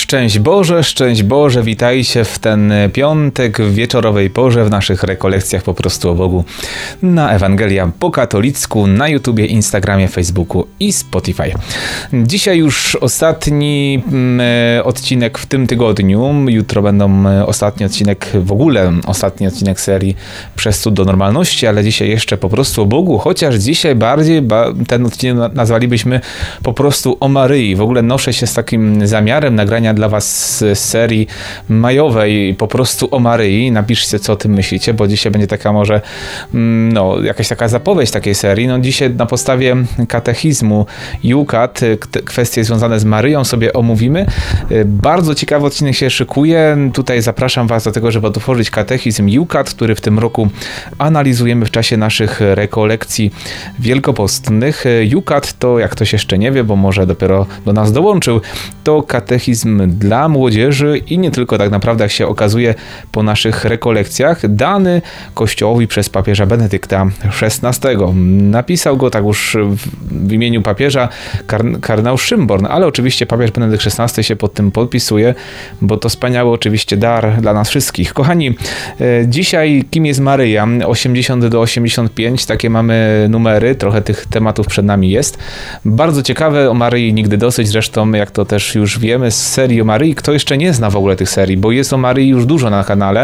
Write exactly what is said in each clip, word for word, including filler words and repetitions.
Szczęść Boże, szczęść Boże, witajcie w ten piątek w wieczorowej porze w naszych rekolekcjach po prostu o Bogu na Ewangelia po katolicku, na YouTubie, Instagramie, Facebooku i Spotify. Dzisiaj już ostatni mm, odcinek w tym tygodniu, jutro będą ostatni odcinek, w ogóle ostatni odcinek serii Przez cud do normalności, ale dzisiaj jeszcze po prostu o Bogu, chociaż dzisiaj bardziej ba, ten odcinek nazwalibyśmy po prostu o Maryi. W ogóle noszę się z takim zamiarem nagrania dla was z serii majowej po prostu o Maryi. Napiszcie, co o tym myślicie, bo dzisiaj będzie taka może no, jakaś taka zapowiedź takiej serii. No dzisiaj na podstawie katechizmu Jukat kwestie związane z Maryją sobie omówimy. Bardzo ciekawy odcinek się szykuje. Tutaj zapraszam was do tego, żeby otworzyć katechizm Jukat, który w tym roku analizujemy w czasie naszych rekolekcji wielkopostnych. Jukat to, jak ktoś jeszcze nie wie, bo może dopiero do nas dołączył, to katechizm dla młodzieży i nie tylko, tak naprawdę, jak się okazuje po naszych rekolekcjach, dany Kościołowi przez papieża Benedykta szesnastego. Napisał go tak już w imieniu papieża kar- kardynał Szymborn, ale oczywiście papież Benedykt szesnasty się pod tym podpisuje, bo to wspaniały oczywiście dar dla nas wszystkich. Kochani, dzisiaj kim jest Maryja? osiemdziesiąt do osiemdziesiąt pięć, takie mamy numery, trochę tych tematów przed nami jest. Bardzo ciekawe, o Maryi nigdy dosyć, zresztą jak to też już wiemy z serii o Maryi, kto jeszcze nie zna w ogóle tych serii, bo jest o Maryi już dużo na kanale,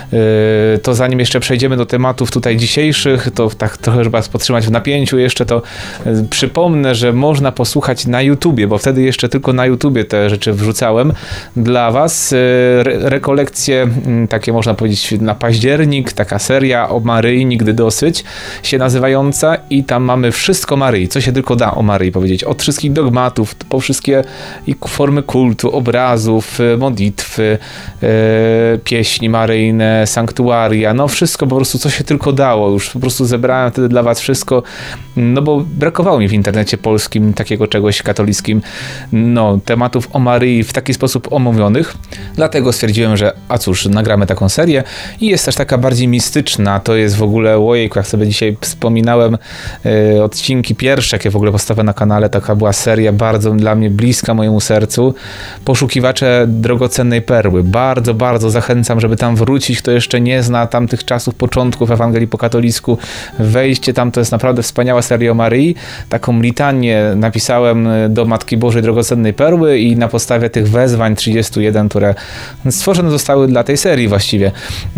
to zanim jeszcze przejdziemy do tematów tutaj dzisiejszych, to tak trochę, żeby was podtrzymać w napięciu jeszcze, to przypomnę, że można posłuchać na YouTubie, bo wtedy jeszcze tylko na YouTubie te rzeczy wrzucałem dla was. Re- rekolekcje takie, można powiedzieć, na październik, taka seria o Maryi nigdy dosyć się nazywająca i tam mamy wszystko Maryi, co się tylko da o Maryi powiedzieć, od wszystkich dogmatów, po wszystkie formy kultu, obrazów, modlitwy, e, pieśni maryjne, sanktuaria, no wszystko po prostu, co się tylko dało. Już po prostu zebrałem wtedy dla was wszystko, no bo brakowało mi w internecie polskim takiego czegoś katolickim, no tematów o Maryi w taki sposób omówionych. Dlatego stwierdziłem, że a cóż, nagramy taką serię i jest też taka bardziej mistyczna, to jest w ogóle, ojejku, jak sobie dzisiaj wspominałem e, odcinki pierwsze, jakie w ogóle postawię na kanale, taka była seria bardzo dla mnie bliska mojemu sercu, Poszukiwacze drogocennej perły. Bardzo, bardzo zachęcam, żeby tam wrócić, kto jeszcze nie zna tamtych czasów, początków Ewangelii po katolicku. Wejście tam, to jest naprawdę wspaniała seria o Maryi. Taką litanię napisałem do Matki Bożej Drogocennej Perły i na podstawie tych wezwań trzydziestu jeden, które stworzone zostały dla tej serii właściwie,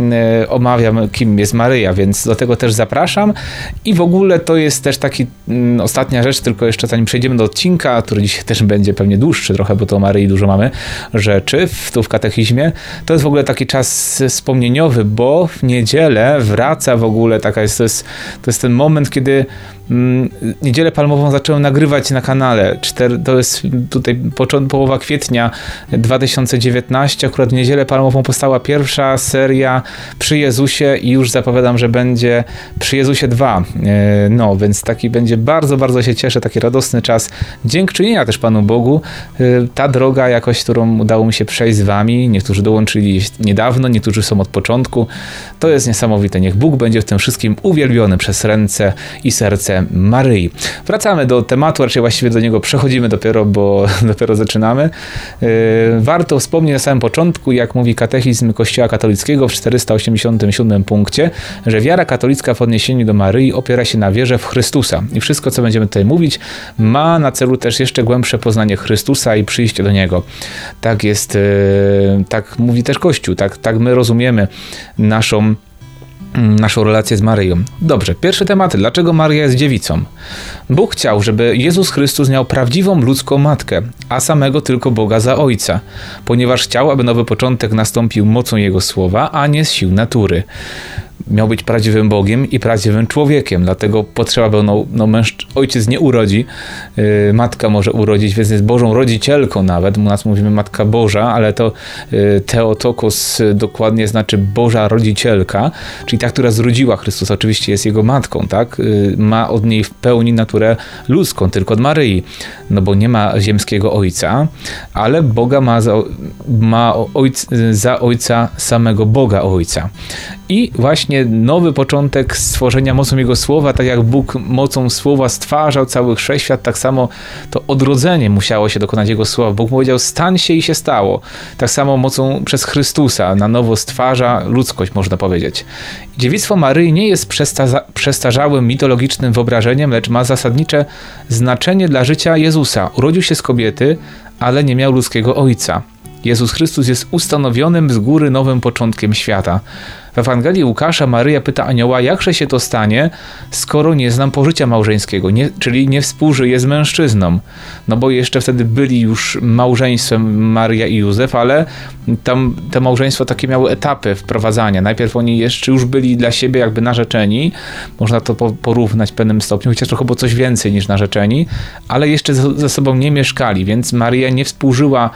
omawiam, kim jest Maryja, więc do tego też zapraszam. I w ogóle to jest też taki m, ostatnia rzecz, tylko jeszcze zanim przejdziemy do odcinka, który dzisiaj też będzie pewnie dłuższy trochę, bo to o Maryi dużo mamy rzeczy w, tu w katechizmie. To jest w ogóle taki czas wspomnieniowy, bo w niedzielę wraca w ogóle taka jest, to jest, to jest ten moment, kiedy mm, Niedzielę Palmową zacząłem nagrywać na kanale. Cztery, to jest tutaj począt, połowa kwietnia dwa tysiące dziewiętnastego. Akurat w Niedzielę Palmową powstała pierwsza seria Przy Jezusie i już zapowiadam, że będzie Przy Jezusie dwa. No, więc taki będzie, bardzo, bardzo się cieszę, taki radosny czas dziękczynienia też Panu Bogu. Ta droga jakoś, którą udało mi się przejść z wami, niektórzy dołączyli niedawno, niektórzy są od początku. To jest niesamowite. Niech Bóg będzie w tym wszystkim uwielbiony przez ręce i serce Maryi. Wracamy do tematu, raczej właściwie do niego przechodzimy dopiero, bo dopiero zaczynamy. Warto wspomnieć na samym początku, jak mówi katechizm Kościoła katolickiego w czterysta osiemdziesiątym siódmym punkcie, że wiara katolicka w odniesieniu do Maryi opiera się na wierze w Chrystusa. I wszystko, co będziemy tutaj mówić, ma na celu też jeszcze głębsze poznanie Chrystusa i przyjście do Niego. Tak jest, tak mówi też Kościół, tak, tak my rozumiemy naszą naszą relację z Maryją. Dobrze, pierwszy temat. Dlaczego Maryja jest dziewicą? Bóg chciał, żeby Jezus Chrystus miał prawdziwą ludzką matkę, a samego tylko Boga za Ojca, ponieważ chciał, aby nowy początek nastąpił mocą Jego słowa, a nie z sił natury. Miał być prawdziwym Bogiem i prawdziwym człowiekiem, dlatego potrzeba było, no, no mężczyzn, ojciec nie urodzi, yy, matka może urodzić, więc jest Bożą rodzicielką nawet, u nas mówimy Matka Boża, ale to yy, Theotokos yy, dokładnie znaczy Boża rodzicielka, czyli ta, która zrodziła Chrystusa, oczywiście jest Jego matką, tak? Yy, ma od niej w pełni naturę ludzką, tylko od Maryi, no bo nie ma ziemskiego ojca, ale Boga ma za, ma ojc, za ojca samego Boga Ojca. I właśnie właśnie nowy początek stworzenia mocą Jego Słowa, tak jak Bóg mocą Słowa stwarzał cały wszechświat, tak samo to odrodzenie musiało się dokonać Jego Słowa. Bóg powiedział, stań się i się stało. Tak samo mocą przez Chrystusa na nowo stwarza ludzkość, można powiedzieć. Dziewictwo Maryi nie jest przesta- przestarzałym mitologicznym wyobrażeniem, lecz ma zasadnicze znaczenie dla życia Jezusa. Urodził się z kobiety, ale nie miał ludzkiego ojca. Jezus Chrystus jest ustanowionym z góry nowym początkiem świata. W Ewangelii Łukasza Maryja pyta anioła, jakże się to stanie, skoro nie znam pożycia małżeńskiego, nie, czyli nie współżyje z mężczyzną. No bo jeszcze wtedy byli już małżeństwem Maryja i Józef, ale tam te małżeństwo takie miały etapy wprowadzania. Najpierw oni jeszcze już byli dla siebie jakby narzeczeni, można to porównać w pewnym stopniu, chociaż trochę było coś więcej niż narzeczeni, ale jeszcze ze sobą nie mieszkali, więc Maryja nie współżyła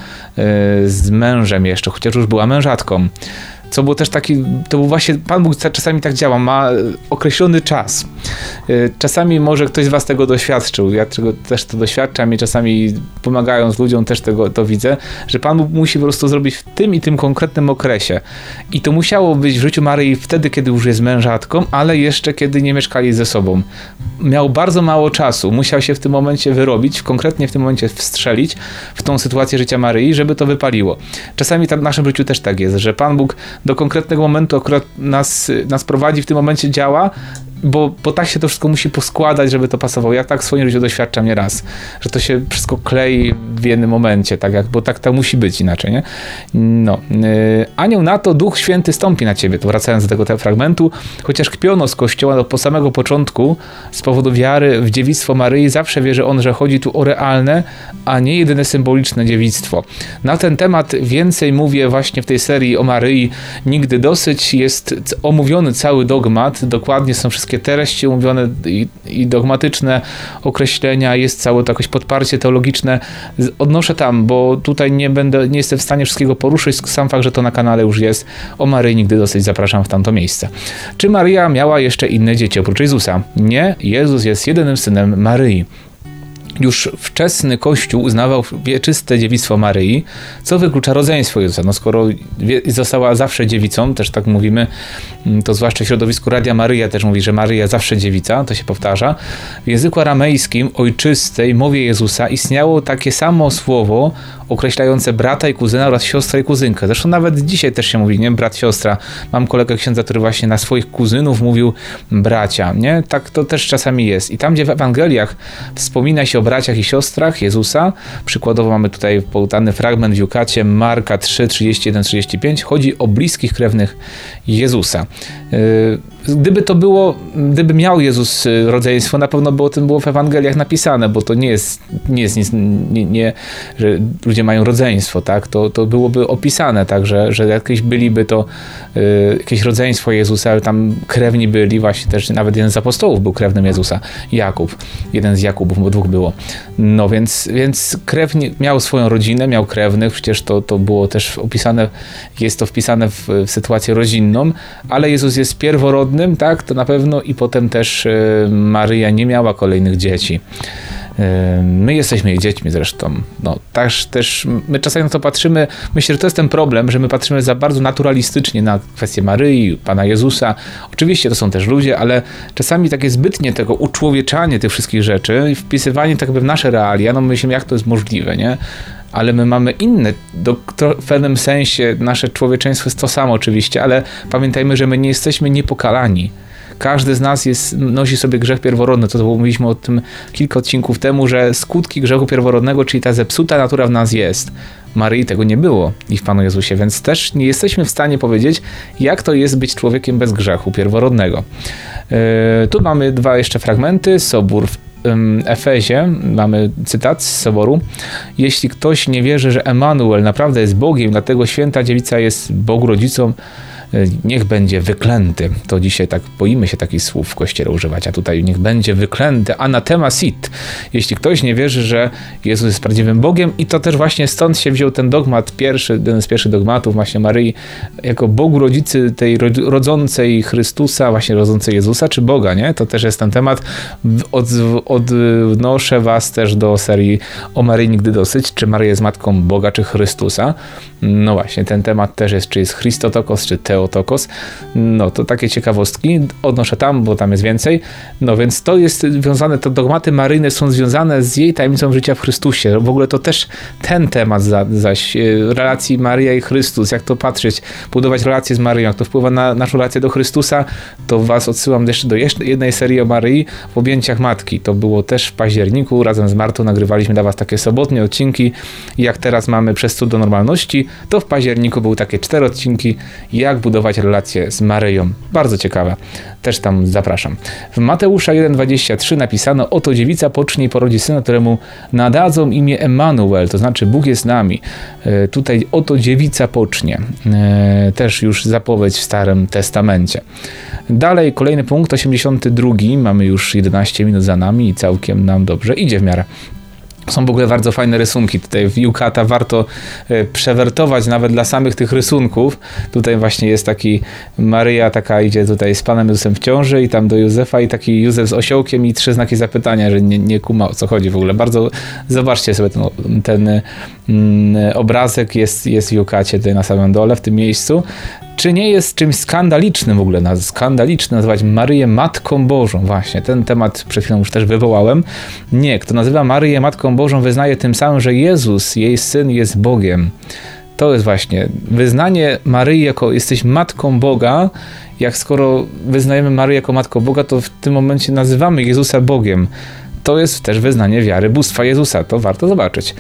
z mężem jeszcze, chociaż już była mężatką. Co było też taki, to był właśnie, Pan Bóg czasami tak działa, ma określony czas. Czasami może ktoś z was tego doświadczył, ja tego też to doświadczam i czasami pomagając ludziom też tego to widzę, że Pan Bóg musi po prostu zrobić w tym i tym konkretnym okresie. I to musiało być w życiu Maryi wtedy, kiedy już jest mężatką, ale jeszcze kiedy nie mieszkali ze sobą. Miał bardzo mało czasu, musiał się w tym momencie wyrobić, konkretnie w tym momencie wstrzelić w tą sytuację życia Maryi, żeby to wypaliło. Czasami tam w naszym życiu też tak jest, że Pan Bóg do konkretnego momentu akurat nas, nas prowadzi, w tym momencie działa, bo, bo tak się to wszystko musi poskładać, żeby to pasowało. Ja tak w swoim życiu doświadczam nieraz, że to się wszystko klei w jednym momencie, tak jak, bo tak to musi być inaczej, nie? No. Yy, anioł na to, Duch Święty stąpi na ciebie, to wracając do tego, tego fragmentu, chociaż kpiono z Kościoła do, po samego początku z powodu wiary w dziewictwo Maryi, zawsze wierzy on, że chodzi tu o realne, a nie jedyne symboliczne dziewictwo. Na ten temat więcej mówię właśnie w tej serii o Maryi Nigdy Dosyć. Jest omówiony cały dogmat, dokładnie są wszystkie treści omówione i, i dogmatyczne określenia, jest całe to jakieś podparcie teologiczne. Odnoszę tam, bo tutaj nie będę, nie jestem w stanie wszystkiego poruszyć, sam fakt, że to na kanale już jest. O Maryi Nigdy Dosyć, zapraszam w tamto miejsce. Czy Maryja miała jeszcze inne dzieci oprócz Jezusa? Nie, Jezus jest jedynym synem Maryi. Już wczesny Kościół uznawał wieczyste dziewictwo Maryi, co wyklucza rodzeństwo Jezusa. No skoro została zawsze dziewicą, też tak mówimy, to zwłaszcza w środowisku Radia Maryja też mówi, że Maryja zawsze dziewica, to się powtarza. W języku aramejskim, ojczystej mowie Jezusa istniało takie samo słowo określające brata i kuzyna oraz siostrę i kuzynkę. Zresztą nawet dzisiaj też się mówi, nie? Brat, siostra. Mam kolegę księdza, który właśnie na swoich kuzynów mówił bracia, nie? Tak to też czasami jest. I tam, gdzie w Ewangeliach wspomina się o braciach i siostrach Jezusa, przykładowo mamy tutaj podany fragment w Jukacie Marka trzy, trzydzieści jeden, trzydzieści pięć, chodzi o bliskich krewnych Jezusa. Gdyby to było, gdyby miał Jezus rodzeństwo, na pewno by o tym było w Ewangeliach napisane, bo to nie jest, nie jest nic, nie, nie, że ludzie mają rodzeństwo, tak? To, to byłoby opisane, tak, że, że jakieś byliby to y, jakieś rodzeństwo Jezusa, ale tam krewni byli, właśnie też nawet jeden z apostołów był krewnym Jezusa, Jakub, jeden z Jakubów, bo dwóch było. No więc, więc krewni miał swoją rodzinę, miał krewnych, przecież to, to było też opisane, jest to wpisane w, w sytuację rodzinną, ale Jezus jest pierworodnym, tak, to na pewno i potem też y, Maryja nie miała kolejnych dzieci. My jesteśmy jej dziećmi zresztą. No, też, też my czasami na to patrzymy, myślę, że to jest ten problem, że my patrzymy za bardzo naturalistycznie na kwestię Maryi, Pana Jezusa. Oczywiście to są też ludzie, ale czasami takie zbytnie tego uczłowieczanie tych wszystkich rzeczy i wpisywanie tak jakby w nasze realia, no myślimy, jak to jest możliwe, nie? Ale my mamy inne, do, to w pewnym sensie nasze człowieczeństwo jest to samo oczywiście, ale pamiętajmy, że my nie jesteśmy niepokalani. Każdy z nas jest, nosi sobie grzech pierworodny, to, to mówiliśmy o tym kilka odcinków temu, że skutki grzechu pierworodnego, czyli ta zepsuta natura w nas jest. Maryi tego nie było i w Panu Jezusie, więc też nie jesteśmy w stanie powiedzieć, jak to jest być człowiekiem bez grzechu pierworodnego. Yy, tu mamy dwa jeszcze fragmenty, Sobór w Efezie, mamy cytat z Soboru. Jeśli ktoś nie wierzy, że Emanuel naprawdę jest Bogiem, dlatego święta dziewica jest Bogu rodzicą, niech będzie wyklęty. To dzisiaj tak boimy się takich słów w Kościele używać, a tutaj niech będzie wyklęty. Anatema sit. Jeśli ktoś nie wierzy, że Jezus jest prawdziwym Bogiem, i to też właśnie stąd się wziął ten dogmat pierwszy, jeden z pierwszych dogmatów właśnie Maryi, jako Bogu rodzicy tej rodzącej Chrystusa, właśnie rodzącej Jezusa, czy Boga, nie? To też jest ten temat. Od, odnoszę was też do serii o Maryi Nigdy Dosyć, czy Maryja jest matką Boga, czy Chrystusa. No właśnie, ten temat też jest, czy jest Christotokos, czy Teo Theotokos. No to takie ciekawostki odnoszę tam, bo tam jest więcej. No więc to jest związane, to dogmaty maryjne są związane z jej tajemnicą życia w Chrystusie. W ogóle to też ten temat za, zaś relacji Maryja i Chrystus, jak to patrzeć, budować relacje z Maryją, jak to wpływa na naszą relację do Chrystusa, to was odsyłam jeszcze do jeszcze jednej serii o Maryi w objęciach Matki. To było też w październiku, razem z Martą nagrywaliśmy dla was takie sobotnie odcinki. Jak teraz mamy Przez cud do normalności, to w październiku były takie cztery odcinki, jak budować relacje z Maryją. Bardzo ciekawe. Też tam zapraszam. W Mateusza jeden dwadzieścia trzy napisano: oto dziewica pocznie i porodzi syna, któremu nadadzą imię Emmanuel, to znaczy Bóg jest z nami. E, tutaj oto dziewica pocznie. E, też już zapowiedź w Starym Testamencie. Dalej kolejny punkt, osiemdziesiąty drugi. Mamy już jedenaście minut za nami i całkiem nam dobrze idzie w miarę. Są w ogóle bardzo fajne rysunki. Tutaj w Jukata warto przewertować nawet dla samych tych rysunków. Tutaj właśnie jest taki Maryja, taka idzie tutaj z Panem Jezusem w ciąży i tam do Józefa i taki Józef z osiołkiem i trzy znaki zapytania, że nie, nie kuma, o co chodzi w ogóle. Bardzo zobaczcie sobie ten, ten mm, obrazek jest, jest w Jukacie tutaj na samym dole, w tym miejscu. Czy nie jest czymś skandalicznym w ogóle, skandalicznym nazywać Maryję Matką Bożą? Właśnie, ten temat przed chwilą już też wywołałem. Nie, kto nazywa Maryję Matką Bożą, wyznaje tym samym, że Jezus, jej Syn, jest Bogiem. To jest właśnie wyznanie Maryi jako jesteś Matką Boga. Jak skoro wyznajemy Maryję jako Matką Boga, to w tym momencie nazywamy Jezusa Bogiem. To jest też wyznanie wiary bóstwa Jezusa. To warto zobaczyć.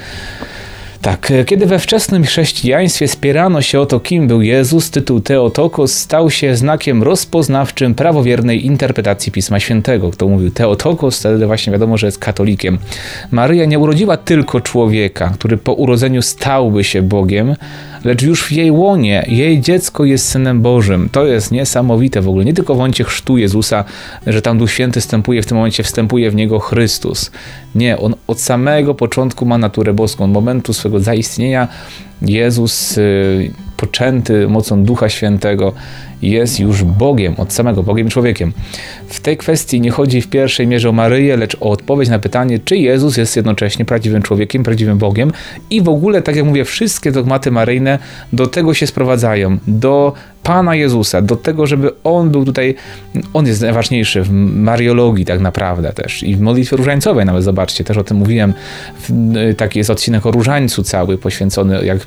Tak, kiedy we wczesnym chrześcijaństwie spierano się o to, kim był Jezus, tytuł Theotokos stał się znakiem rozpoznawczym prawowiernej interpretacji Pisma Świętego. Kto mówił Theotokos, wtedy właśnie wiadomo, że jest katolikiem. Maryja nie urodziła tylko człowieka, który po urodzeniu stałby się Bogiem, lecz już w jej łonie jej dziecko jest Synem Bożym. To jest niesamowite w ogóle. Nie tylko w momencie chrztu Jezusa, że tam Duch Święty wstępuje, w tym momencie wstępuje w niego Chrystus. Nie, on od samego początku ma naturę boską. Od momentu swego zaistnienia Jezus yy, poczęty mocą Ducha Świętego jest już Bogiem, od samego Bogiem człowiekiem. W tej kwestii nie chodzi w pierwszej mierze o Maryję, lecz o odpowiedź na pytanie, czy Jezus jest jednocześnie prawdziwym człowiekiem, prawdziwym Bogiem i w ogóle, tak jak mówię, wszystkie dogmaty maryjne do tego się sprowadzają, do Pana Jezusa, do tego, żeby On był tutaj, On jest najważniejszy w mariologii tak naprawdę też i w modlitwie różańcowej nawet, zobaczcie, też o tym mówiłem, taki jest odcinek o różańcu cały poświęcony jak,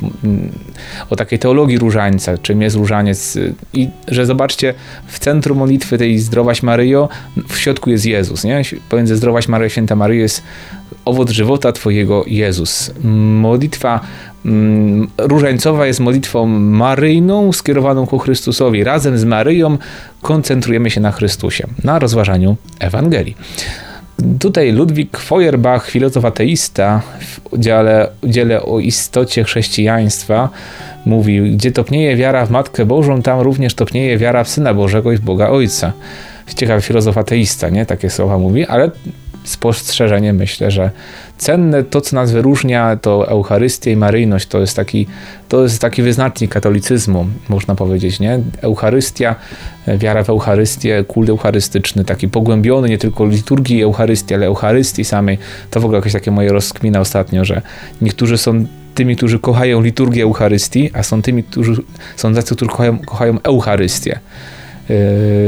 o takiej teologii różańca, czym jest różaniec i że zobaczcie, w centrum modlitwy tej Zdrowaś Maryjo, w środku jest Jezus, nie? Pomiędzy Zdrowaś Maryjo, Święta Maryjo jest owoc żywota Twojego Jezus. Modlitwa mm, różańcowa jest modlitwą maryjną skierowaną ku Chrystusowi. Razem z Maryją koncentrujemy się na Chrystusie, na rozważaniu Ewangelii. Tutaj Ludwik Feuerbach, filozof ateista, w dziale, dziele o istocie chrześcijaństwa mówi, gdzie topnieje wiara w Matkę Bożą, tam również topnieje wiara w Syna Bożego i w Boga Ojca. Ciekawy filozof ateista, nie? Takie słowa mówi, ale spostrzeżenie myślę, że cenne to, co nas wyróżnia, to Eucharystia i maryjność, to jest taki, to jest taki wyznacznik katolicyzmu, można powiedzieć, nie? Eucharystia, wiara w Eucharystię, kult eucharystyczny, taki pogłębiony, nie tylko liturgii Eucharystii, ale Eucharystii samej. To w ogóle jakieś takie moje rozkmina ostatnio, że niektórzy są tymi, którzy kochają liturgię Eucharystii, a są tymi, którzy są tacy, którzy kochają, kochają Eucharystię. Yy,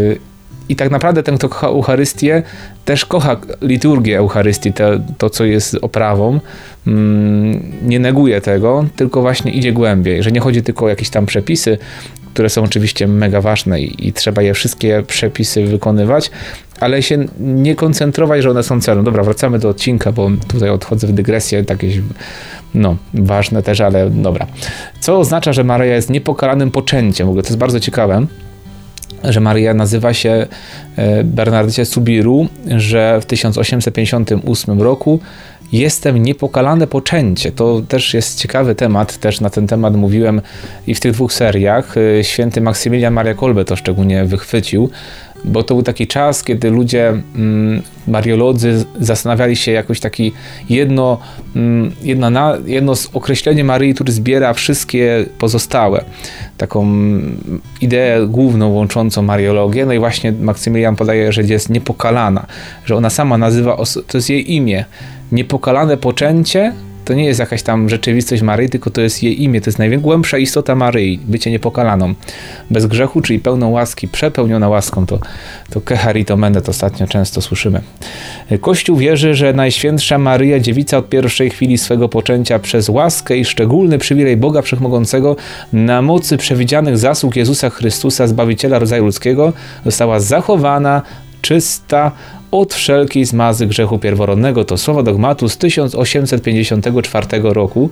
I tak naprawdę ten, kto kocha Eucharystię, też kocha liturgię Eucharystii, to, to co jest oprawą, mm, nie neguje tego, tylko właśnie idzie głębiej, że nie chodzi tylko o jakieś tam przepisy, które są oczywiście mega ważne i, i trzeba je wszystkie przepisy wykonywać, ale się nie koncentrować, że one są celem. Dobra, wracamy do odcinka, bo tutaj odchodzę w dygresję, takie no, ważne też, ale dobra. Co oznacza, że Maryja jest niepokalanym poczęciem? W ogóle to jest bardzo ciekawe, że Maryja nazywa się Bernardycie Subiru, że w tysiąc osiemset pięćdziesiątym ósmym roku jestem niepokalane poczęcie. To też jest ciekawy temat, też na ten temat mówiłem i w tych dwóch seriach. Święty Maksymilian Maria Kolbe to szczególnie wychwycił, bo to był taki czas, kiedy ludzie, mm, mariolodzy zastanawiali się jakoś taki jedno, mm, jedna na, jedno z określenie Maryi, który zbiera wszystkie pozostałe. Taką ideę główną łączącą mariologię. No i właśnie Maksymilian podaje, że jest niepokalana, że ona sama nazywa, to jest jej imię. Niepokalane poczęcie, To nie jest jakaś tam rzeczywistość Maryi, tylko to jest jej imię, to jest najgłębsza istota Maryi, bycie niepokalaną, bez grzechu, czyli pełną łaski, przepełniona łaską, to, to Keharito Mendet ostatnio często słyszymy. Kościół wierzy, że Najświętsza Maryja, dziewica od pierwszej chwili swego poczęcia przez łaskę i szczególny przywilej Boga Wszechmogącego na mocy przewidzianych zasług Jezusa Chrystusa, Zbawiciela rodzaju ludzkiego, została zachowana, czysta od wszelkiej zmazy grzechu pierworodnego. To słowo dogmatu z tysiąc osiemset pięćdziesiątego czwartego roku.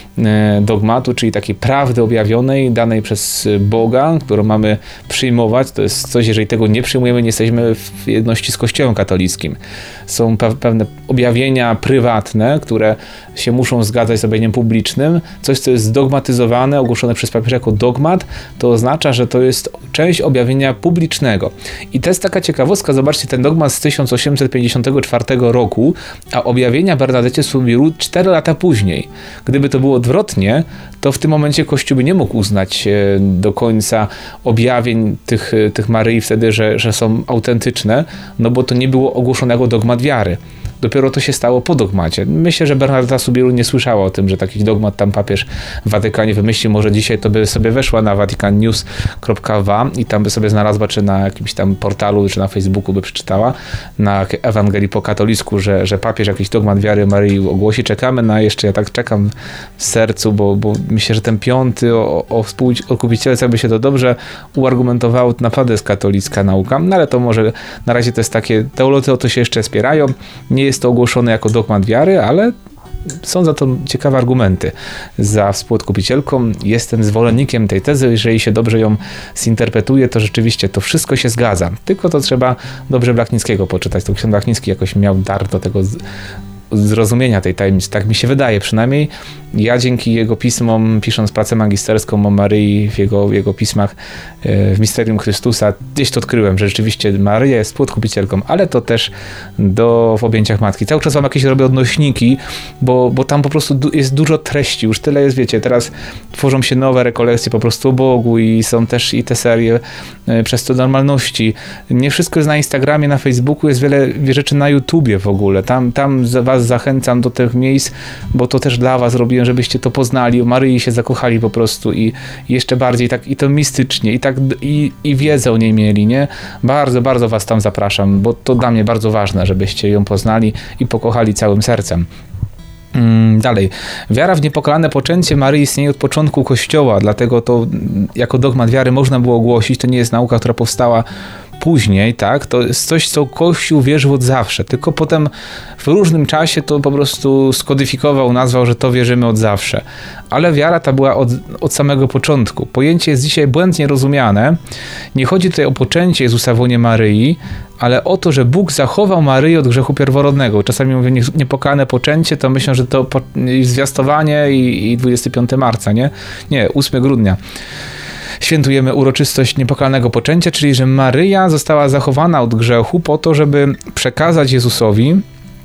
Dogmatu, czyli takiej prawdy objawionej, danej przez Boga, którą mamy przyjmować. To jest coś, jeżeli tego nie przyjmujemy, nie jesteśmy w jedności z Kościołem katolickim. Są pe- pewne objawienia prywatne, które się muszą zgadzać z objawieniem publicznym. Coś, co jest zdogmatyzowane, ogłoszone przez papieża jako dogmat, to oznacza, że to jest część objawienia publicznego. I to jest taka ciekawostka, zobaczcie, ten dogmat z tysiąc osiemset pięćdziesiątego czwartego roku, a objawienia Bernadecie Soubirous cztery lata później. Gdyby to było odwrotnie, to w tym momencie Kościół by nie mógł uznać do końca objawień tych, tych Maryi wtedy, że, że są autentyczne, no bo to nie było ogłoszonego dogmat wiary. Dopiero to się stało po dogmacie. Myślę, że Bernadetta Soubirous nie słyszała o tym, że taki dogmat tam papież w Watykanie wymyślił. Może dzisiaj to by sobie weszła na vatican news kropka w a i tam by sobie znalazła, czy na jakimś tam portalu, czy na Facebooku by przeczytała na Ewangelii po katolicku, że, że papież jakiś dogmat wiary Maryi ogłosi. Czekamy na jeszcze, ja tak czekam w sercu, bo, bo myślę, że ten piąty o, o współodkupicielce by się to dobrze uargumentowało. To naprawdę jest katolicka nauka, no ale to może na razie to jest takie, teolodzy o to się jeszcze spierają. Nie jest to ogłoszone jako dogmat wiary, ale są za to ciekawe argumenty za współodkupicielką. Jestem zwolennikiem tej tezy, jeżeli się dobrze ją zinterpretuje, to rzeczywiście to wszystko się zgadza. Tylko to trzeba dobrze Blachnickiego poczytać. To ksiądz Blachnicki jakoś miał dar do tego z... zrozumienia tej tajemnicy, tak mi się wydaje przynajmniej. Ja dzięki jego pismom, pisząc pracę magisterską o Maryi w jego, w jego pismach w Misterium Chrystusa, gdzieś to odkryłem, że rzeczywiście Maryja jest współodkupicielką, ale to też do, w objęciach Matki. Cały czas wam jakieś robię odnośniki, bo, bo tam po prostu du- jest dużo treści, już tyle jest, wiecie, teraz tworzą się nowe rekolekcje po prostu o Bogu i są też i te serie e, przez to normalności. Nie wszystko jest na Instagramie, na Facebooku, jest wiele rzeczy na YouTubie w ogóle. Tam, tam was zachęcam do tych miejsc, bo to też dla was robiłem, żebyście to poznali, o Maryi się zakochali po prostu i, i jeszcze bardziej tak, i to mistycznie, i tak i, i wiedzę o niej mieli, nie? Bardzo, bardzo was tam zapraszam, bo to dla mnie bardzo ważne, żebyście ją poznali i pokochali całym sercem. Dalej. Wiara w niepokalane poczęcie Maryi istnieje od początku Kościoła, dlatego to jako dogmat wiary można było ogłosić. To nie jest nauka, która powstała później, tak? To jest coś, co Kościół wierzył od zawsze, tylko potem w różnym czasie to po prostu skodyfikował, nazwał, że to wierzymy od zawsze. Ale wiara ta była od, od samego początku. Pojęcie jest dzisiaj błędnie rozumiane. Nie chodzi tutaj o poczęcie Jezusa w łonie Maryi, ale o to, że Bóg zachował Maryję od grzechu pierworodnego. Czasami mówię niepokalane poczęcie, to myślę, że to po, zwiastowanie i, i dwudziestego piątego marca, nie? Nie, ósmego grudnia. Świętujemy uroczystość niepokalnego poczęcia, czyli że Maryja została zachowana od grzechu po to, żeby przekazać Jezusowi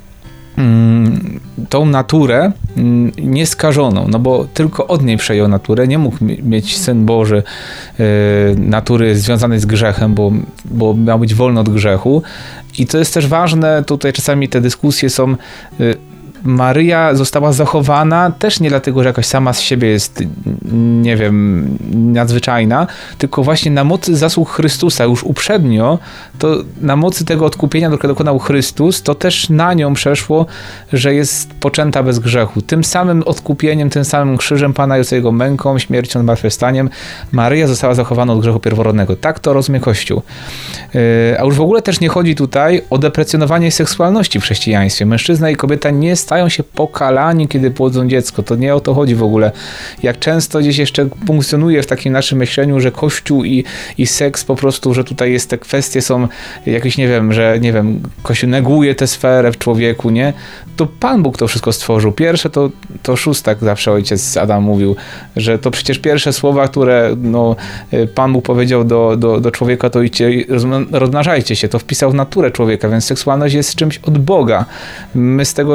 mm, tą naturę mm, nieskażoną, no bo tylko od niej przejął naturę, nie mógł mieć Syn Boży y, natury związanej z grzechem, bo, bo miał być wolny od grzechu. I to jest też ważne, tutaj czasami te dyskusje są... Y, Maryja została zachowana też nie dlatego, że jakaś sama z siebie jest, nie wiem, nadzwyczajna, tylko właśnie na mocy zasług Chrystusa. Już uprzednio, to na mocy tego odkupienia, które dokonał Chrystus, to też na nią przeszło, że jest poczęta bez grzechu. Tym samym odkupieniem, tym samym krzyżem Pana Jezusa, jego męką, śmiercią, zmartwychwstaniem, Maryja została zachowana od grzechu pierworodnego. Tak to rozumie Kościół. Yy, a już w ogóle też nie chodzi tutaj o deprecjonowanie seksualności w chrześcijaństwie. Mężczyzna i kobieta nie stają się pokalani, kiedy płodzą dziecko. To nie o to chodzi w ogóle. Jak często gdzieś jeszcze funkcjonuje w takim naszym myśleniu, że Kościół i, i seks po prostu, że tutaj jest te kwestie są jakieś, nie wiem, że nie wiem, Kościół neguje tę sferę w człowieku, nie? To Pan Bóg to wszystko stworzył. Pierwsze to, to Szóstak zawsze ojciec Adam mówił, że to przecież pierwsze słowa, które no, Pan Bóg powiedział do, do, do człowieka, to idźcie, rozmnażajcie się. To wpisał w naturę człowieka, więc seksualność jest czymś od Boga. My z tego czasami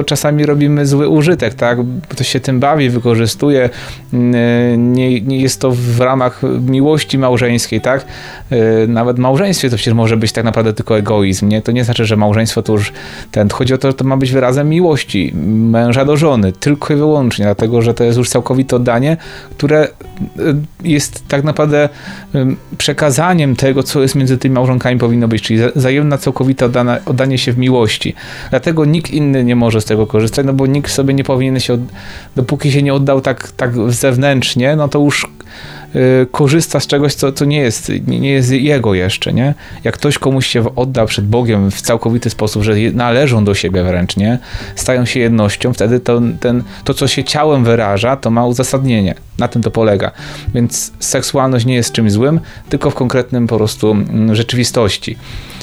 czasami robimy zły użytek, tak? Ktoś się tym bawi, wykorzystuje, nie, nie jest to w ramach miłości małżeńskiej, tak? Nawet w małżeństwie to przecież może być tak naprawdę tylko egoizm, nie? To nie znaczy, że małżeństwo to już ten, chodzi o to, że to ma być wyrazem miłości męża do żony, tylko i wyłącznie, dlatego, że to jest już całkowite oddanie, które jest tak naprawdę przekazaniem tego, co jest między tymi małżonkami powinno być, czyli wzajemne całkowite oddane, oddanie się w miłości. Dlatego nikt inny nie może z tego korzystać, no bo nikt sobie nie powinien się, od, dopóki się nie oddał tak, tak zewnętrznie, no to już y, korzysta z czegoś, co, co nie jest, nie, nie jest jego jeszcze, nie? Jak ktoś komuś się odda przed Bogiem w całkowity sposób, że należą do siebie wręcz, nie? Stają się jednością, wtedy to, ten, to, co się ciałem wyraża, to ma uzasadnienie. Na tym to polega. Więc seksualność nie jest czymś złym, tylko w konkretnym po prostu rzeczywistości.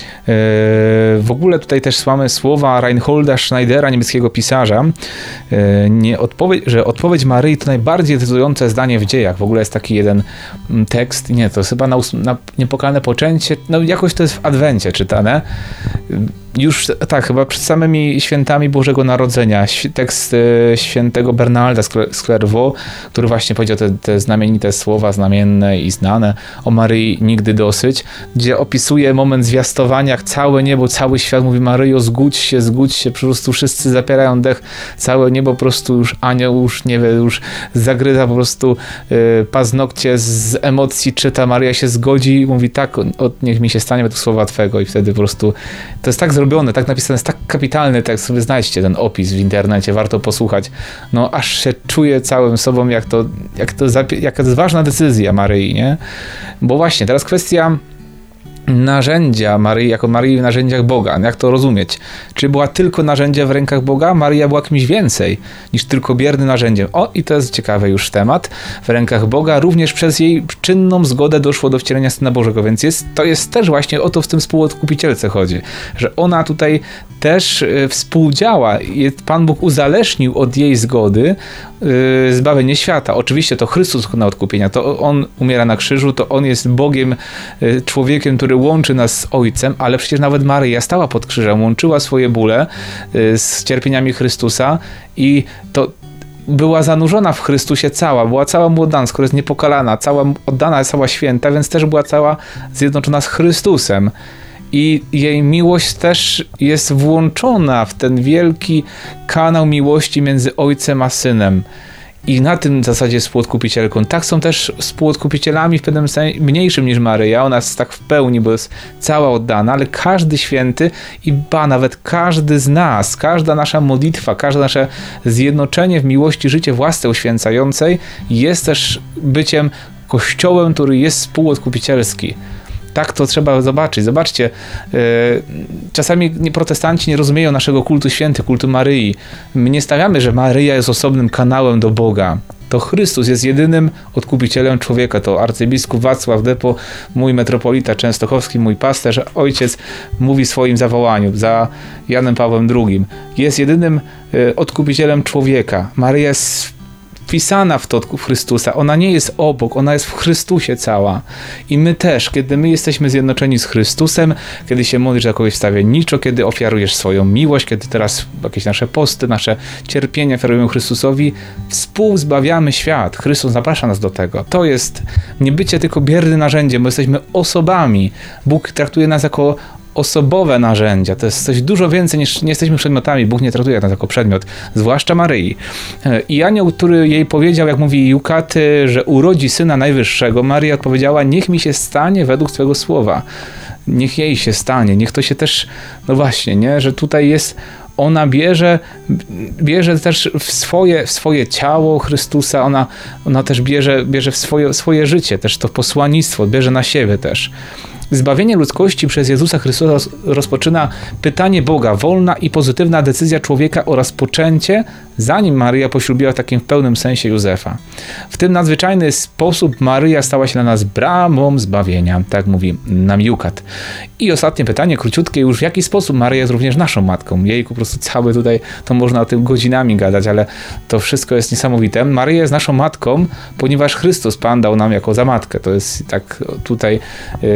W ogóle tutaj też mamy słowa Reinholda Schneidera, niemieckiego pisarza, nie odpowiedź, że odpowiedź Maryi to najbardziej decydujące zdanie w dziejach. W ogóle jest taki jeden tekst, nie, to jest chyba na, na niepokalane poczęcie, no jakoś to jest w Adwencie czytane. Już tak, chyba przed samymi świętami Bożego Narodzenia, tekst świętego Bernalda z Clairvaux, który właśnie powiedział te, te znamienite słowa, znamienne i znane o Maryi nigdy dosyć, gdzie opisuje moment zwiastowania, jak całe niebo, cały świat mówi: Maryjo, zgódź się, zgódź się, po prostu wszyscy zapierają dech, całe niebo po prostu już anioł już, nie wiem, już zagryza po prostu y, paznokcie z emocji, czyta, Maryja się zgodzi i mówi: tak, od, niech mi się stanie według słowa Twego, i wtedy po prostu to jest tak zrobione, tak napisane, jest tak kapitalny tekst, sobie znajdźcie ten opis w internecie, warto posłuchać. No aż się czuję całym sobą, jak to, jak to, jak to jest ważna decyzja Maryi, nie? Bo właśnie, teraz kwestia narzędzia Maryi, jako Maryi w narzędziach Boga. Jak to rozumieć? Czy była tylko narzędziem w rękach Boga? Maryja była kimś więcej niż tylko biernym narzędziem. O, i to jest ciekawy już temat. W rękach Boga również przez jej czynną zgodę doszło do wcielenia Syna Bożego, więc jest, to jest też właśnie o to w tym współodkupicielce chodzi, że ona tutaj też y, współdziała. Pan Bóg uzależnił od jej zgody y, zbawienie świata. Oczywiście to Chrystus dokona odkupienia, to On umiera na krzyżu, to On jest Bogiem, y, człowiekiem, który łączy nas z Ojcem, ale przecież nawet Maryja stała pod krzyżem, łączyła swoje bóle y, z cierpieniami Chrystusa i to była zanurzona w Chrystusie cała, była cała mu oddana, skoro jest niepokalana, cała oddana, cała święta, więc też była cała zjednoczona z Chrystusem. I jej miłość też jest włączona w ten wielki kanał miłości między Ojcem a Synem. I na tym w zasadzie jest współodkupicielką. Tak, są też współodkupicielami w pewnym sensie mniejszym niż Maryja. Ona jest tak w pełni, bo jest cała oddana, ale każdy święty i ba, nawet każdy z nas, każda nasza modlitwa, każde nasze zjednoczenie w miłości, życie w łasce uświęcającej jest też byciem Kościołem, który jest współodkupicielski. Tak to trzeba zobaczyć. Zobaczcie, yy, czasami nie, protestanci nie rozumieją naszego kultu święty, kultu Maryi. My nie stawiamy, że Maryja jest osobnym kanałem do Boga. To Chrystus jest jedynym odkupicielem człowieka. To arcybiskup Wacław Depo, mój metropolita częstochowski, mój pasterz, ojciec, mówi w swoim zawołaniu za Janem Pawłem drugim. Jest jedynym yy, odkupicielem człowieka. Maryja jest wpisana w to w Chrystusa. Ona nie jest obok, ona jest w Chrystusie cała. I my też, kiedy my jesteśmy zjednoczeni z Chrystusem, kiedy się modlisz za kogoś wstawienniczo, kiedy ofiarujesz swoją miłość, kiedy teraz jakieś nasze posty, nasze cierpienia ofiarujemy Chrystusowi, współzbawiamy świat. Chrystus zaprasza nas do tego. To jest nie bycie tylko biernym narzędziem, bo jesteśmy osobami. Bóg traktuje nas jako osobowe narzędzia. To jest coś dużo więcej niż nie jesteśmy przedmiotami. Bóg nie traktuje nas jako przedmiot, zwłaszcza Maryi. I anioł, który jej powiedział, jak mówi Jukaty, że urodzi Syna Najwyższego, Maryja odpowiedziała: niech mi się stanie według Twego słowa. Niech jej się stanie. Niech to się też, no właśnie, nie, że tutaj jest, ona bierze, bierze też w swoje, w swoje ciało Chrystusa, ona, ona też bierze, bierze w swoje, swoje życie, też to posłannictwo, bierze na siebie też. Zbawienie ludzkości przez Jezusa Chrystusa rozpoczyna pytanie Boga, wolna i pozytywna decyzja człowieka oraz poczęcie, zanim Maryja poślubiła w takim w pełnym sensie Józefa. W tym nadzwyczajny sposób Maryja stała się dla nas bramą zbawienia, tak mówi nam Jukat. I ostatnie pytanie, króciutkie już, w jaki sposób Maryja jest również naszą matką? Jej po prostu cały tutaj, to można o tym godzinami gadać, ale to wszystko jest niesamowite. Maryja jest naszą matką, ponieważ Chrystus Pan dał nam jako za matkę. To jest tak tutaj... Yy,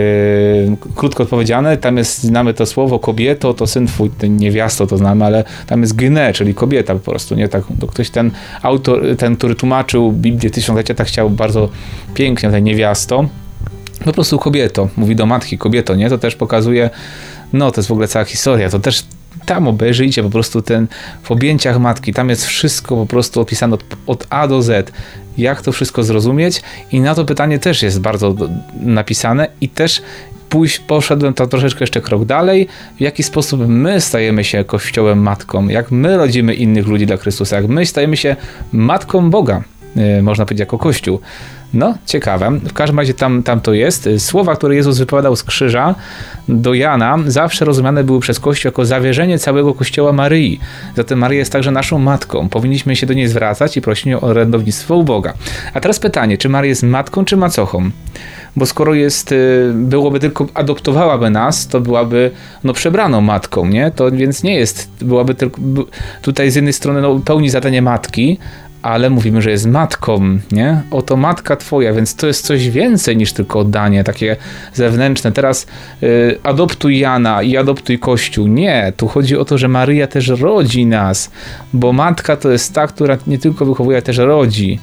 krótko odpowiedziane, tam jest, znamy to słowo kobieto, to syn twój, niewiasto to znamy, ale tam jest gyne, czyli kobieta po prostu, nie? Tak, to ktoś ten autor, ten, który tłumaczył Biblię Tysiąclecia, tak chciał bardzo pięknie, ten niewiasto, po prostu kobieto, mówi do matki kobieto, nie? To też pokazuje, no to jest w ogóle cała historia, to też tam obejrzyjcie po prostu ten w objęciach matki, tam jest wszystko po prostu opisane od, od A do Z, jak to wszystko zrozumieć i na to pytanie też jest bardzo do, napisane i też pójść, poszedłem to troszeczkę jeszcze krok dalej, w jaki sposób my stajemy się Kościołem matką, jak my rodzimy innych ludzi dla Chrystusa, jak my stajemy się matką Boga, yy, można powiedzieć jako Kościół. No, ciekawe. W każdym razie tam, tam to jest. Słowa, które Jezus wypowiadał z krzyża do Jana, zawsze rozumiane były przez Kościół jako zawierzenie całego Kościoła Maryi. Zatem Maryja jest także naszą matką. Powinniśmy się do niej zwracać i prosić o orędownictwo u Boga. A teraz pytanie, czy Maryja jest matką, czy macochą? Bo skoro jest, byłoby tylko, adoptowałaby nas, to byłaby no, przebraną matką, nie? To więc nie jest, byłaby tylko, tutaj z jednej strony no, pełni zadanie matki, ale mówimy, że jest matką, nie? Oto matka twoja, więc to jest coś więcej niż tylko oddanie takie zewnętrzne. Teraz y, adoptuj Jana i adoptuj Kościół. Nie, tu chodzi o to, że Maryja też rodzi nas, bo matka to jest ta, która nie tylko wychowuje, ale też rodzi.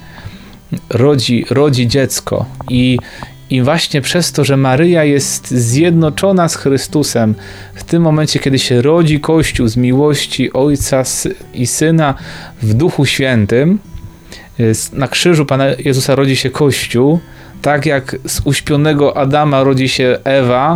Rodzi, rodzi dziecko i I właśnie przez to, że Maryja jest zjednoczona z Chrystusem, w tym momencie, kiedy się rodzi Kościół z miłości Ojca i Syna w Duchu Świętym, na krzyżu Pana Jezusa rodzi się Kościół, tak jak z uśpionego Adama rodzi się Ewa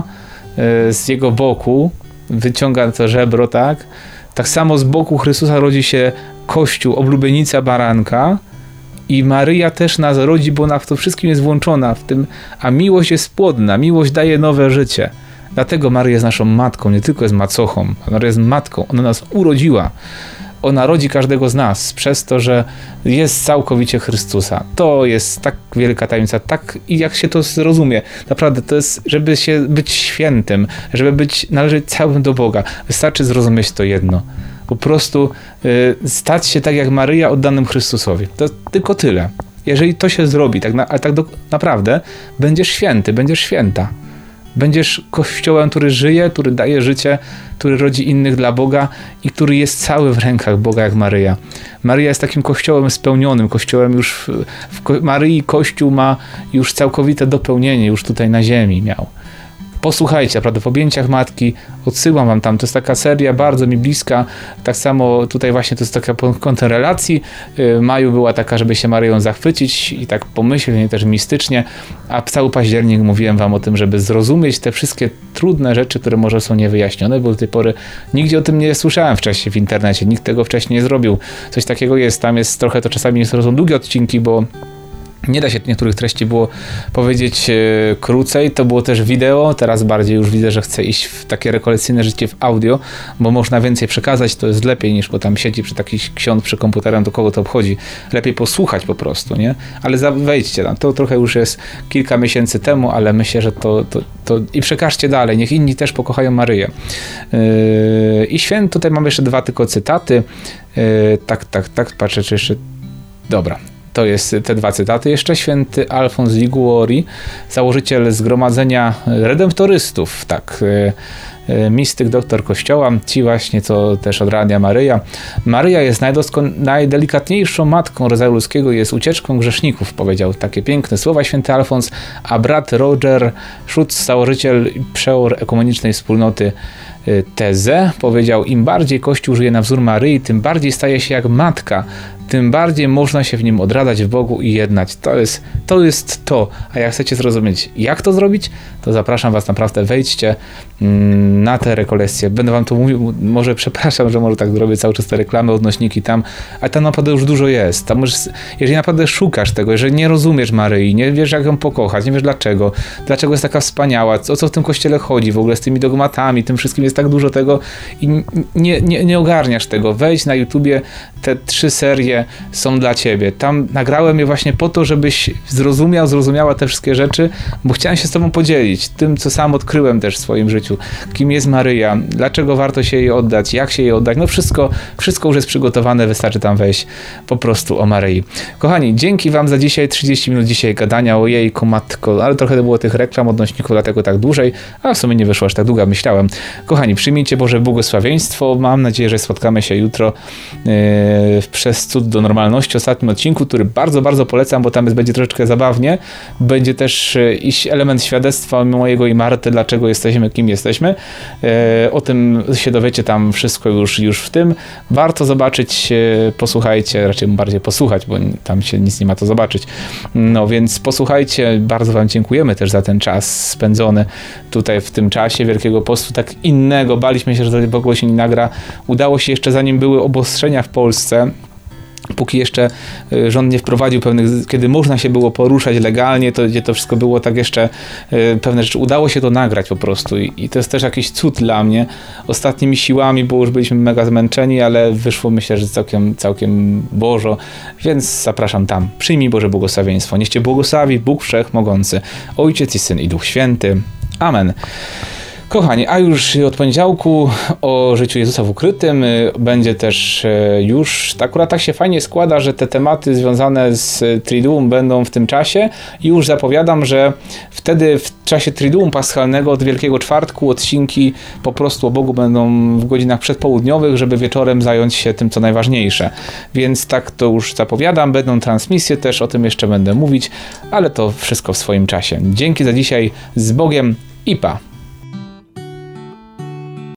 z jego boku, wyciąga to żebro, tak? Tak samo z boku Chrystusa rodzi się Kościół, oblubienica baranka, i Maryja też nas rodzi, bo ona w to wszystkim jest włączona, w tym, a miłość jest płodna, miłość daje nowe życie. Dlatego Maryja jest naszą matką, nie tylko jest macochą, ona jest matką, ona nas urodziła. Ona rodzi każdego z nas przez to, że jest całkowicie Chrystusa. To jest tak wielka tajemnica, tak i jak się to zrozumie. Naprawdę to jest, żeby się być świętym, żeby być należeć całym do Boga. Wystarczy zrozumieć to jedno. Po prostu y, stać się tak jak Maryja oddanym Chrystusowi. To tylko tyle. Jeżeli to się zrobi, tak, na, ale tak do, naprawdę, będziesz święty, będziesz święta. Będziesz Kościołem, który żyje, który daje życie, który rodzi innych dla Boga i który jest cały w rękach Boga jak Maryja. Maryja jest takim Kościołem spełnionym, Kościołem już w, w Maryi Kościół ma już całkowite dopełnienie, już tutaj na ziemi miał. Posłuchajcie, naprawdę w objęciach matki, odsyłam wam tam, to jest taka seria bardzo mi bliska, tak samo tutaj właśnie to jest taka pod kątem relacji, w maju była taka, żeby się Maryją zachwycić i tak pomyślnie, też mistycznie, a cały październik mówiłem wam o tym, żeby zrozumieć te wszystkie trudne rzeczy, które może są niewyjaśnione, bo do tej pory nigdzie o tym nie słyszałem wcześniej w internecie, nikt tego wcześniej nie zrobił, coś takiego jest, tam jest trochę, to czasami są długie odcinki, bo nie da się niektórych treści było powiedzieć e, krócej, to było też wideo, teraz bardziej już widzę, że chcę iść w takie rekolekcyjne życie w audio, bo można więcej przekazać, to jest lepiej niż bo tam siedzi przy takiś ksiądz przy komputerem, to kogo to obchodzi, lepiej posłuchać po prostu, nie? Ale za, wejdźcie tam, to trochę już jest kilka miesięcy temu, ale myślę, że to, to, to i przekażcie dalej, niech inni też pokochają Maryję. Yy, I święty, tutaj mam jeszcze dwa tylko cytaty, yy, tak, tak, tak, patrzę, czy jeszcze, dobra. To jest te dwa cytaty. Jeszcze święty Alfons Liguori, założyciel Zgromadzenia Redemptorystów, tak, mistyk, doktor Kościoła, ci właśnie, co też odradnia Maryja. Maryja jest najdelikatniejszą matką rodzaju ludzkiego, jest ucieczką grzeszników, powiedział takie piękne słowa święty Alfons, a brat Roger Schutz, założyciel i przeor ekumenicznej wspólnoty Tezę, powiedział, im bardziej Kościół żyje na wzór Maryi, tym bardziej staje się jak matka, tym bardziej można się w nim odradzać w Bogu i jednać. To jest to. Jest to. A jak chcecie zrozumieć, jak to zrobić, to zapraszam was naprawdę, wejdźcie na te rekolekcje. Będę wam to mówił, może przepraszam, że może tak zrobię cały czas te reklamy, odnośniki tam, ale tam naprawdę już dużo jest. Tam możesz, jeżeli naprawdę szukasz tego, jeżeli nie rozumiesz Maryi, nie wiesz jak ją pokochać, nie wiesz dlaczego, dlaczego jest taka wspaniała, o co w tym kościele chodzi w ogóle z tymi dogmatami, tym wszystkim jest tak dużo tego i nie, nie, nie ogarniasz tego. Wejdź na YouTubie, te trzy serie są dla ciebie. Tam nagrałem je właśnie po to, żebyś zrozumiał, zrozumiała te wszystkie rzeczy, bo chciałem się z tobą podzielić tym, co sam odkryłem też w swoim życiu. Kim jest Maryja, dlaczego warto się jej oddać, jak się jej oddać. No wszystko, wszystko już jest przygotowane, wystarczy tam wejść po prostu o Maryi. Kochani, dzięki wam za dzisiaj, trzydzieści minut dzisiaj gadania, o jejku, matko, ale trochę było tych reklam odnośników, dlatego tak dłużej, a w sumie nie wyszło aż tak długo, myślałem. Kochani, przyjmijcie Boże błogosławieństwo, mam nadzieję, że spotkamy się jutro yy, przez cud do normalności, ostatnim odcinku, który bardzo, bardzo polecam, bo tam jest, będzie troszeczkę zabawnie, będzie też yy, iść element świadectwa mojego i Marty, dlaczego jesteśmy, kim jesteśmy. Yy, o tym się dowiecie tam wszystko już, już w tym. Warto zobaczyć, yy, posłuchajcie, raczej bardziej posłuchać, bo tam się nic nie ma to zobaczyć. No więc posłuchajcie, bardzo wam dziękujemy też za ten czas spędzony tutaj w tym czasie Wielkiego Postu, tak innego. Baliśmy się, że to w ogóle się nie nagra. Udało się jeszcze, zanim były obostrzenia w Polsce, póki jeszcze rząd nie wprowadził pewnych, kiedy można się było poruszać legalnie, to gdzie to wszystko było tak jeszcze, pewne rzeczy, udało się to nagrać po prostu i, i to jest też jakiś cud dla mnie. Ostatnimi siłami, bo już byliśmy mega zmęczeni, ale wyszło, myślę, że całkiem, całkiem Bożo, więc zapraszam tam. Przyjmij Boże błogosławieństwo. Niech cię błogosławi Bóg Wszechmogący, Ojciec i Syn i Duch Święty. Amen. Kochani, a już od poniedziałku o życiu Jezusa w ukrytym będzie też już, akurat tak się fajnie składa, że te tematy związane z Triduum będą w tym czasie i już zapowiadam, że wtedy w czasie Triduum Paschalnego od Wielkiego Czwartku odcinki po prostu o Bogu będą w godzinach przedpołudniowych, żeby wieczorem zająć się tym, co najważniejsze. Więc tak to już zapowiadam, będą transmisje też, o tym jeszcze będę mówić, ale to wszystko w swoim czasie. Dzięki za dzisiaj, z Bogiem i pa!